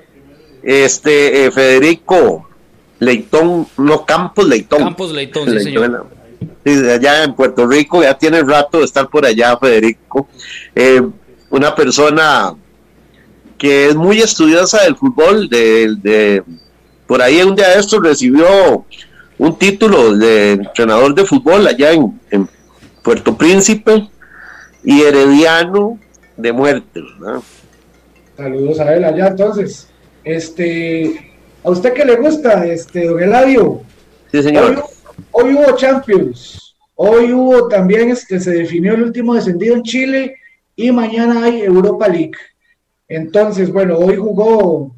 Federico Leitón, Campos Leitón, sí, señor. Sí, allá en Puerto Rico, ya tiene rato de estar por allá, Federico. Una persona que es muy estudiosa del fútbol, por ahí un día de estos recibió un título de entrenador de fútbol allá en Puerto Príncipe, y herediano de muerte, ¿no? Saludos a él allá, entonces. ¿A usted qué le gusta, don Eladio? Sí, señor. Hoy hubo Champions, hoy hubo también, se definió el último descendido en Chile, y mañana hay Europa League. Entonces, bueno, hoy jugó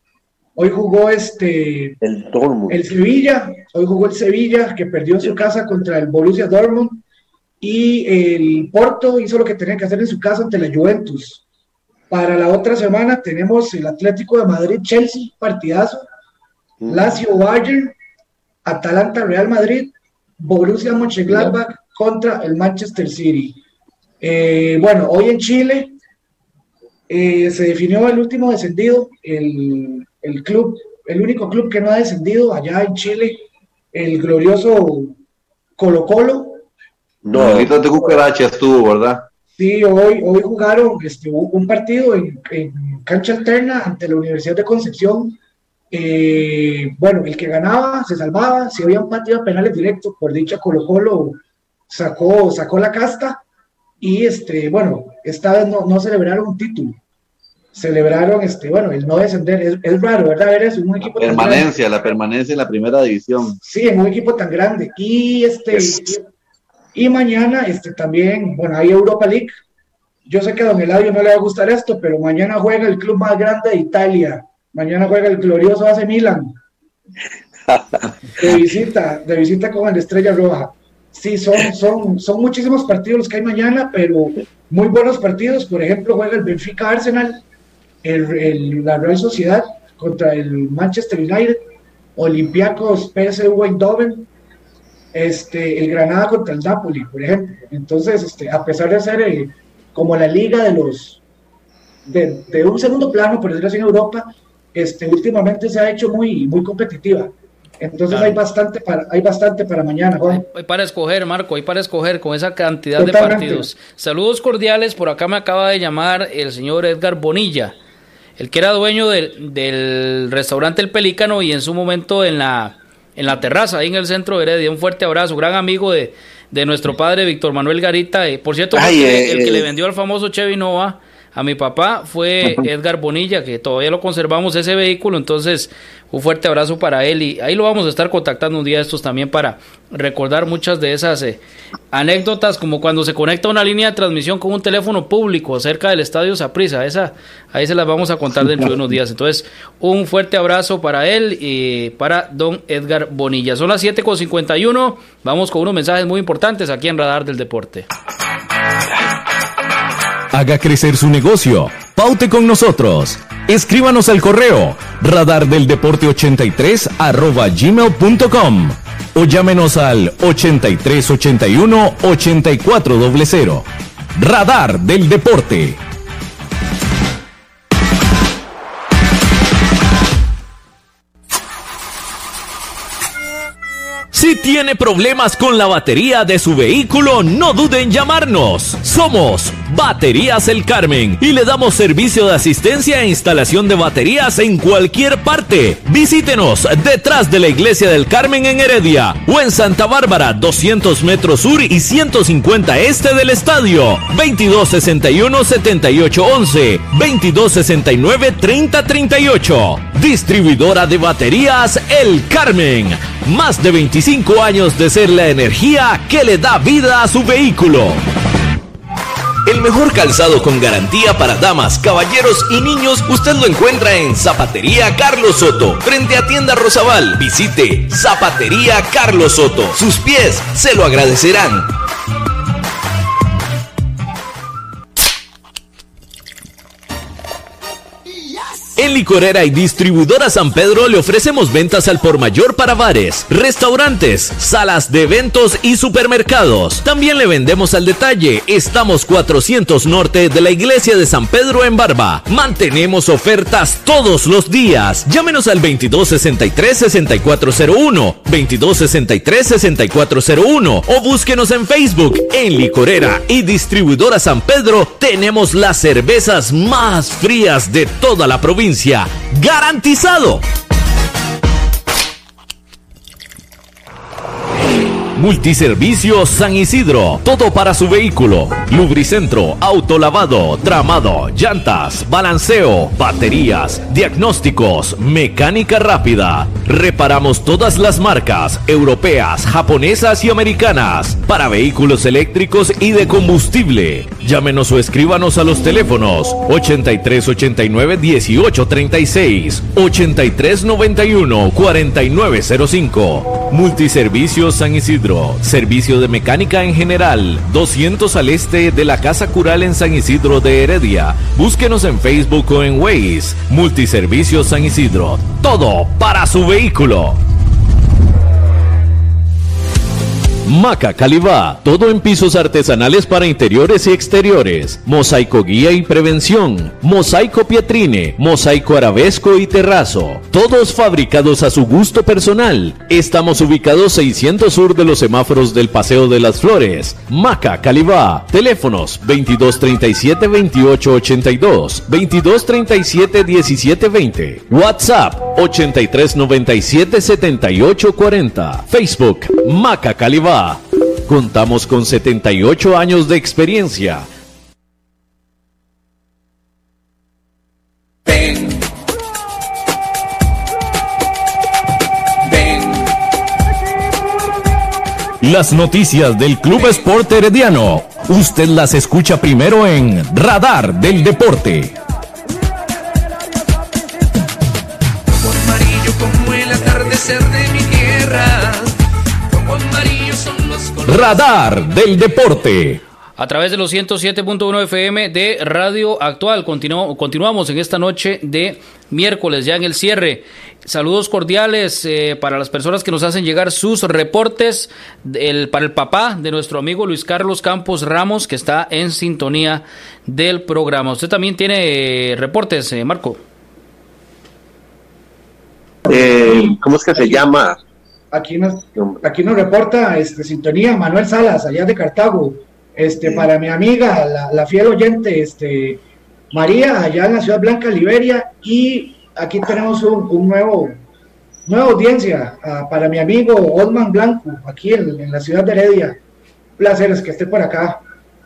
el Dortmund. El Sevilla, hoy jugó el Sevilla, que perdió en su casa contra el Borussia Dortmund, y el Porto hizo lo que tenía que hacer en su casa ante la Juventus. Para la otra semana tenemos el Atlético de Madrid, Chelsea, partidazo, Lazio, Bayern, Atalanta, Real Madrid, Borussia Mönchengladbach contra el Manchester City. Bueno, hoy en Chile se definió el último descendido, el único club que no ha descendido allá en Chile, el glorioso Colo-Colo. No, ahorita de cucaracha estuvo, ¿verdad? Sí, hoy jugaron un partido en cancha alterna ante la Universidad de Concepción. Bueno, el que ganaba se salvaba, si había empate a penales directos, por dicha Colo-Colo sacó la casta, y bueno, esta vez no celebraron un título, celebraron bueno, el no descender. Es raro, ¿verdad? Ver eso en un equipo la permanencia en la primera división. Sí, en un equipo tan grande. Y y mañana también, bueno, hay Europa League. Yo sé que a don Eladio no le va a gustar esto, pero mañana juega el club más grande de Italia. Mañana juega el glorioso AC Milan. De visita con el Estrella Roja. Sí, son muchísimos partidos los que hay mañana, pero muy buenos partidos. Por ejemplo, juega el Benfica Arsenal, la Real Sociedad contra el Manchester United, Olympiacos PSV Eindhoven, el Granada contra el Napoli, por ejemplo. Entonces, a pesar de ser como la liga de un segundo plano, por decirlo así, en Europa, últimamente se ha hecho muy, muy competitiva. Entonces claro, hay bastante para mañana, Juan. Hay para escoger, Marco, hay para escoger con esa cantidad Totalmente. De partidos. Saludos cordiales, por acá me acaba de llamar el señor Edgar Bonilla, el que era dueño del restaurante El Pelícano y en su momento en la terraza, ahí en el centro de Heredia. Un fuerte abrazo, gran amigo de nuestro padre Víctor Manuel Garita. Por cierto, el que le vendió al famoso Chevy Nova a mi papá fue Edgar Bonilla, que todavía lo conservamos ese vehículo. Entonces un fuerte abrazo para él y ahí lo vamos a estar contactando un día de estos también para recordar muchas de esas anécdotas, como cuando se conecta una línea de transmisión con un teléfono público cerca del Estadio Saprissa. Ahí se las vamos a contar dentro de unos días. Entonces un fuerte abrazo para él y para don Edgar Bonilla. Son las 7:51, vamos con unos mensajes muy importantes aquí en Radar del Deporte. Haga crecer su negocio. Paute con nosotros. Escríbanos al correo radardeldeporte83@gmail.com o llámenos al 8381-8400. Radar del Deporte. Si tiene problemas con la batería de su vehículo, no dude en llamarnos. Somos Baterías El Carmen y le damos servicio de asistencia e instalación de baterías en cualquier parte. Visítenos detrás de la Iglesia del Carmen en Heredia o en Santa Bárbara, 200 metros sur y 150 este del estadio. 2261-7811, 2269-3038. Distribuidora de baterías El Carmen. Más de 25 años de ser la energía que le da vida a su vehículo. El mejor calzado con garantía para damas, caballeros y niños usted lo encuentra en Zapatería Carlos Soto, frente a Tienda Rosabal. Visite Zapatería Carlos Soto. Sus pies se lo agradecerán. En Licorera y Distribuidora San Pedro le ofrecemos ventas al por mayor para bares, restaurantes, salas de eventos y supermercados. También le vendemos al detalle. Estamos 400 norte de la Iglesia de San Pedro en Barba. Mantenemos ofertas todos los días. Llámenos al 2263-6401, 2263-6401 o búsquenos en Facebook. En Licorera y Distribuidora San Pedro tenemos las cervezas más frías de toda la provincia. ¡Garantizado! Multiservicios San Isidro, todo para su vehículo: lubricentro, autolavado, tramado, llantas, balanceo, baterías, diagnósticos, mecánica rápida. Reparamos todas las marcas europeas, japonesas y americanas para vehículos eléctricos y de combustible. Llámenos o escríbanos a los teléfonos 8389-1836, 8391-4905. Multiservicios San Isidro. Servicio de mecánica en general, 200 al este de la Casa Cural en San Isidro de Heredia. Búsquenos en Facebook o en Waze. Multiservicios San Isidro. Todo para su vehículo. Maca Calibá, todo en pisos artesanales para interiores y exteriores, mosaico guía y prevención, mosaico pietrine, mosaico arabesco y terrazo, todos fabricados a su gusto personal. Estamos ubicados 600 sur de los semáforos del Paseo de las Flores. Maca Calibá, teléfonos 2237-2882, 2237-1720, WhatsApp 8397-7840, Facebook Maca Calibá. Contamos con 78 años de experiencia. Ven. Ven. Las noticias del Club Sport Herediano, usted las escucha primero en Radar del Deporte. Como amarillo como el atardecer de mi tierra. Radar del Deporte. A través de los 107.1 FM de Radio Actual. Continuamos en esta noche de miércoles, ya en el cierre. Saludos cordiales para las personas que nos hacen llegar sus reportes. Para el papá de nuestro amigo Luis Carlos Campos Ramos, que está en sintonía del programa. ¿Usted también tiene reportes, Marco? ¿Cómo es que se llama? Aquí nos reporta sintonía Manuel Salas, allá de Cartago. Para mi amiga, la fiel oyente, María, allá en la Ciudad Blanca, Liberia, y aquí tenemos un nueva audiencia para mi amigo Osman Blanco, aquí en la ciudad de Heredia. Placeres que esté por acá.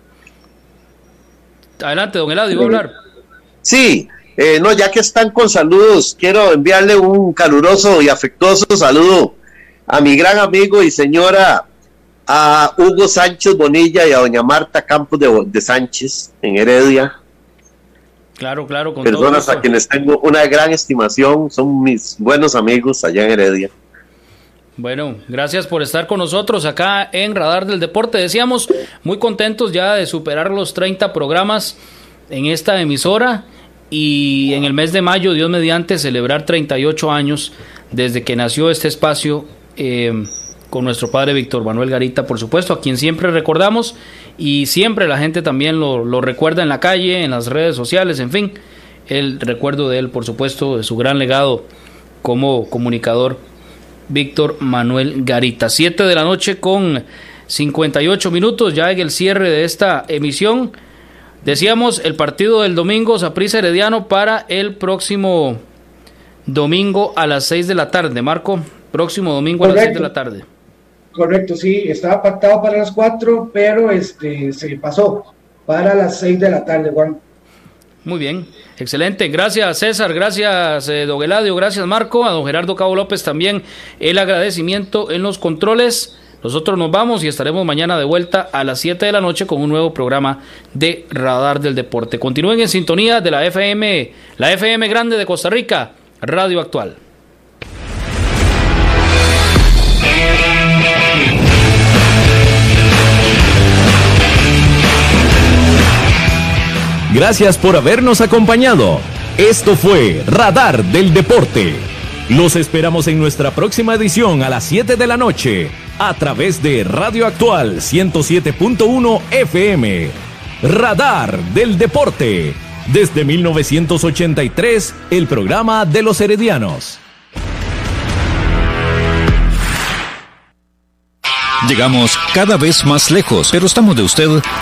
Adelante, don Eladio, ¿va a hablar? Sí, ya que están con saludos, quiero enviarle un caluroso y afectuoso saludo a mi gran amigo y señora, a Hugo Sánchez Bonilla y a doña Marta Campos de Sánchez en Heredia. Claro, con personas a quienes tengo una gran estimación, son mis buenos amigos allá en Heredia. Bueno, gracias por estar con nosotros acá en Radar del Deporte. Decíamos, muy contentos ya de superar los 30 programas en esta emisora y en el mes de mayo, Dios mediante, celebrar 38 años desde que nació este espacio, con nuestro padre Víctor Manuel Garita, por supuesto, a quien siempre recordamos y siempre la gente también lo recuerda en la calle, en las redes sociales, en fin, el recuerdo de él, por supuesto, de su gran legado como comunicador, Víctor Manuel Garita. 7 de la noche con 58 minutos, ya en el cierre de esta emisión. Decíamos, el partido del domingo, Saprissa Herediano, para el próximo domingo a las 6 de la tarde, Marco. Próximo domingo a las 6 de la tarde. Correcto, sí, estaba pactado para las 4, pero se pasó para las 6 de la tarde, Juan. Muy bien, excelente, gracias César, gracias don Eladio, gracias Marco, a don Gerardo Cabo López también el agradecimiento en los controles. Nosotros nos vamos y estaremos mañana de vuelta a las 7 de la noche con un nuevo programa de Radar del Deporte. Continúen en sintonía de la FM Grande de Costa Rica, Radio Actual. Gracias por habernos acompañado. Esto fue Radar del Deporte. Los esperamos en nuestra próxima edición a las 7 de la noche a través de Radio Actual 107.1 FM. Radar del Deporte. Desde 1983, el programa de los heredianos. Llegamos cada vez más lejos, pero estamos de usted